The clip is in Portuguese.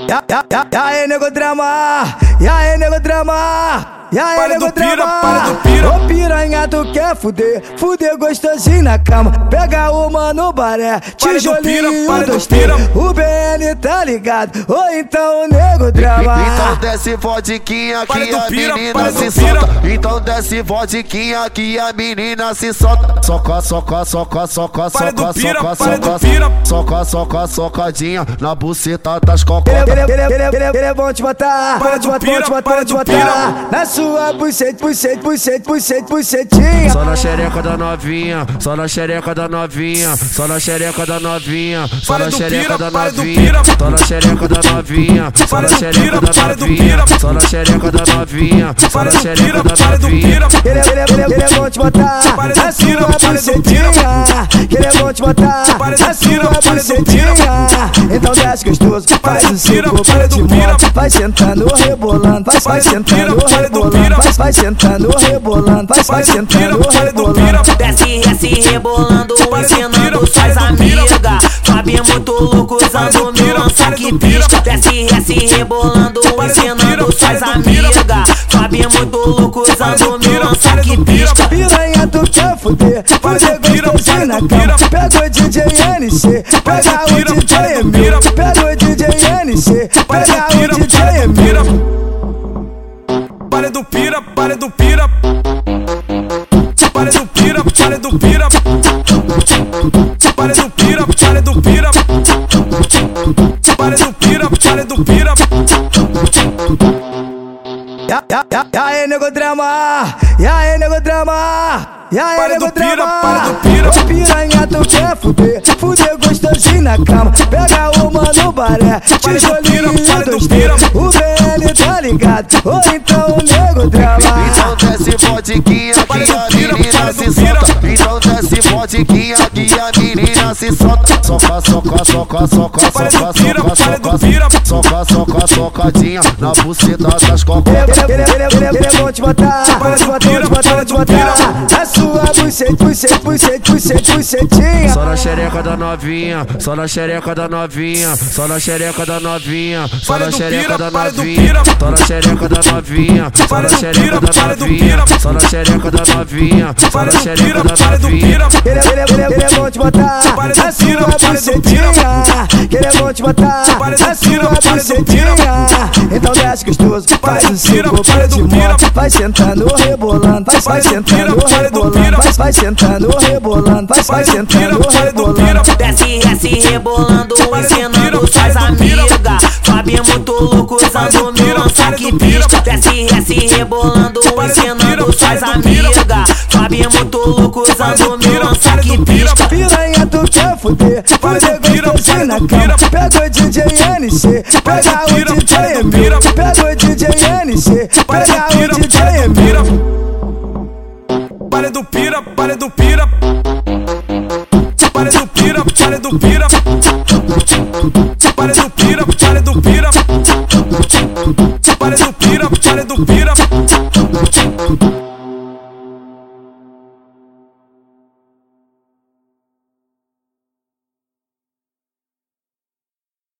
E aí, nego drama? E aí, nego drama? E aí, nego drama? Ô piranha, tu quer fuder? Fuder gostosinho na cama. Pega uma no baré, tijolinho, 1, 2, 3. O BN tá ligado, ou então o nego drama. Então desce vodquinha que a menina se solta. Então desce vodquinha que a menina se solta. Soca, soca, soca, soca, soca, soca, soca, soca, socadinha na buceta das cocotas. Ele é bom te botar, bom te botar na sua bucetinha. Só na xereca da novinha, só na xereca da novinha, só na xereca da novinha, só na xereca da novinha, só na xereca da novinha, só na xereca da novinha, só na xereca da novinha, só na xereca da novinha. Ele é bom te botar na sua bucetinha. Ele é bom te botar na sua bucetinha. Então desce gostoso, faz o seu corpo de moto. Vai sentando, rebolando, vai sentando, rebolando, vai sentando, rebolando, vai sentando, rebolando. Desce rebolando, ensinando suas amigas. Fabinho muito louco usando meu lança que pisca. Desce rebolando, ensinando suas amigas. Fabinho muito louco usando meu lança que pisca. Piranha, tu quer fuder? Fuder gostosinho na cama. Pega o DJ NC, pega o DJ Emil. Pega o DJ NC, pega o DJ Emil. Pare do pira, pare do pira. Pare do pira, pare do pira. Pare do pira, pare do pira. Pare do pira, pare do pira. E aí, nego drama? E aí, nego drama? E aí, nego drama? Ô piranha, tu quer fuder? Fuder gostosinho na cama. Pega uma no baré, tijolinho, 1, 2, 3. O BN tá ligado, ou então o nego drama. Então desce vodquinha que a menina se solta. Então desce vodquinha que a menina se solta. Soca, soca, soca, soca, soca, soca, soca, soca, socadinha na buceta das cocotas. Ele é bom te botar, bom te botar na sua bucetinha. Só na xereca da novinha, só na xereca da novinha, só na xereca da novinha, só na xereca da novinha, só na xereca da novinha, só na xereca da novinha, só na xereca da novinha, só na xereca da novinha. Ele é bom te botar na sua bucetinha. Ele é bom te botar na sua bucetinha. Então desce gostoso, faz o seu corpo de moto. Vai sentando, rebolando, vai sentando, rebolando, vai sentando, rebolando, vai sentando, rebolando. Desce rebolando, ensinando suas amigas. Fabinho muito louco usando meu lança que pisca. Desce rebolando, ensinando suas amigas. Fabinho muito louco usando meu lança que pisca. Piranha, tu quer fuder? Fuder gostosinho na cama. Pega o DJ NC, pega o DJ Emil. Pega o DJ NC, pega o DJ Emil. Pare do pira, pare do pira. Pare do pira, pare do pira. Pare do pira, pare do pira. Pare do pira, pare do pira.